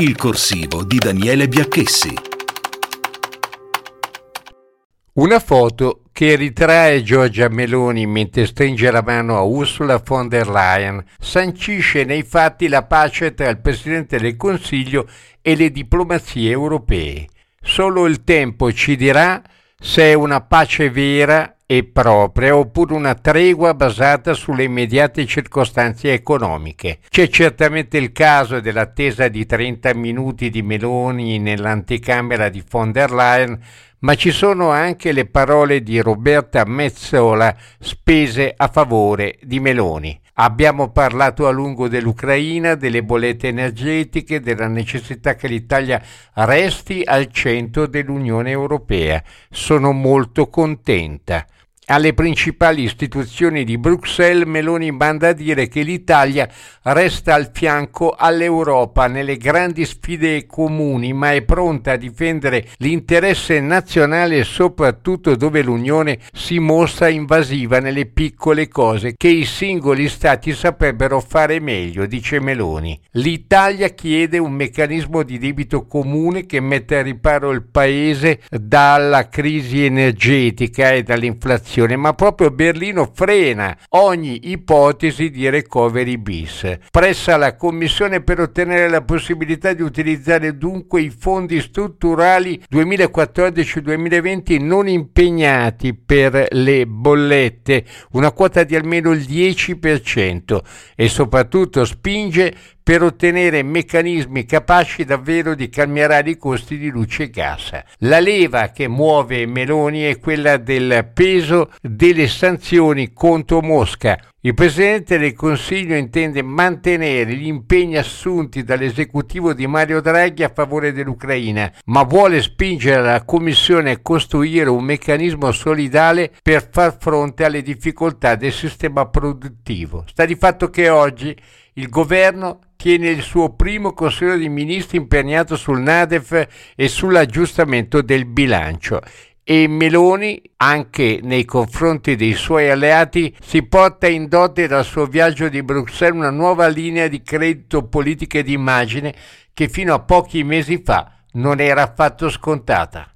Il corsivo di Daniele Biacchessi. Una foto che ritrae Giorgia Meloni mentre stringe la mano a Ursula von der Leyen sancisce nei fatti la pace tra il Presidente del Consiglio e le diplomazie europee. Solo il tempo ci dirà se è una pace vera e propria oppure una tregua basata sulle immediate circostanze economiche. C'è certamente il caso dell'attesa di 30 minuti di Meloni nell'anticamera di von der Leyen, ma ci sono anche le parole di Roberta Metsola spese a favore di Meloni. Abbiamo parlato a lungo dell'Ucraina, delle bollette energetiche, della necessità che l'Italia resti al centro dell'Unione Europea. Sono molto contenta. Alle principali istituzioni di Bruxelles Meloni manda a dire che l'Italia resta al fianco all'Europa nelle grandi sfide comuni, ma è pronta a difendere l'interesse nazionale soprattutto dove l'Unione si mostra invasiva nelle piccole cose che i singoli stati saprebbero fare meglio, dice Meloni. L'Italia chiede un meccanismo di debito comune che metta a riparo il paese dalla crisi energetica e dall'inflazione, ma proprio Berlino frena ogni ipotesi di recovery bis. Pressa la Commissione per ottenere la possibilità di utilizzare dunque i fondi strutturali 2014-2020 non impegnati per le bollette, una quota di almeno il 10%, e soprattutto spinge per ottenere meccanismi capaci davvero di calmierare i costi di luce e gas. La leva che muove Meloni è quella del peso delle sanzioni contro Mosca. Il Presidente del Consiglio intende mantenere gli impegni assunti dall'esecutivo di Mario Draghi a favore dell'Ucraina, ma vuole spingere la Commissione a costruire un meccanismo solidale per far fronte alle difficoltà del sistema produttivo. Sta di fatto che oggi il governo tiene il suo primo Consiglio dei Ministri impegnato sul NADEF e sull'aggiustamento del bilancio. E Meloni, anche nei confronti dei suoi alleati, si porta in dote dal suo viaggio di Bruxelles una nuova linea di credito politica e di immagine che fino a pochi mesi fa non era affatto scontata.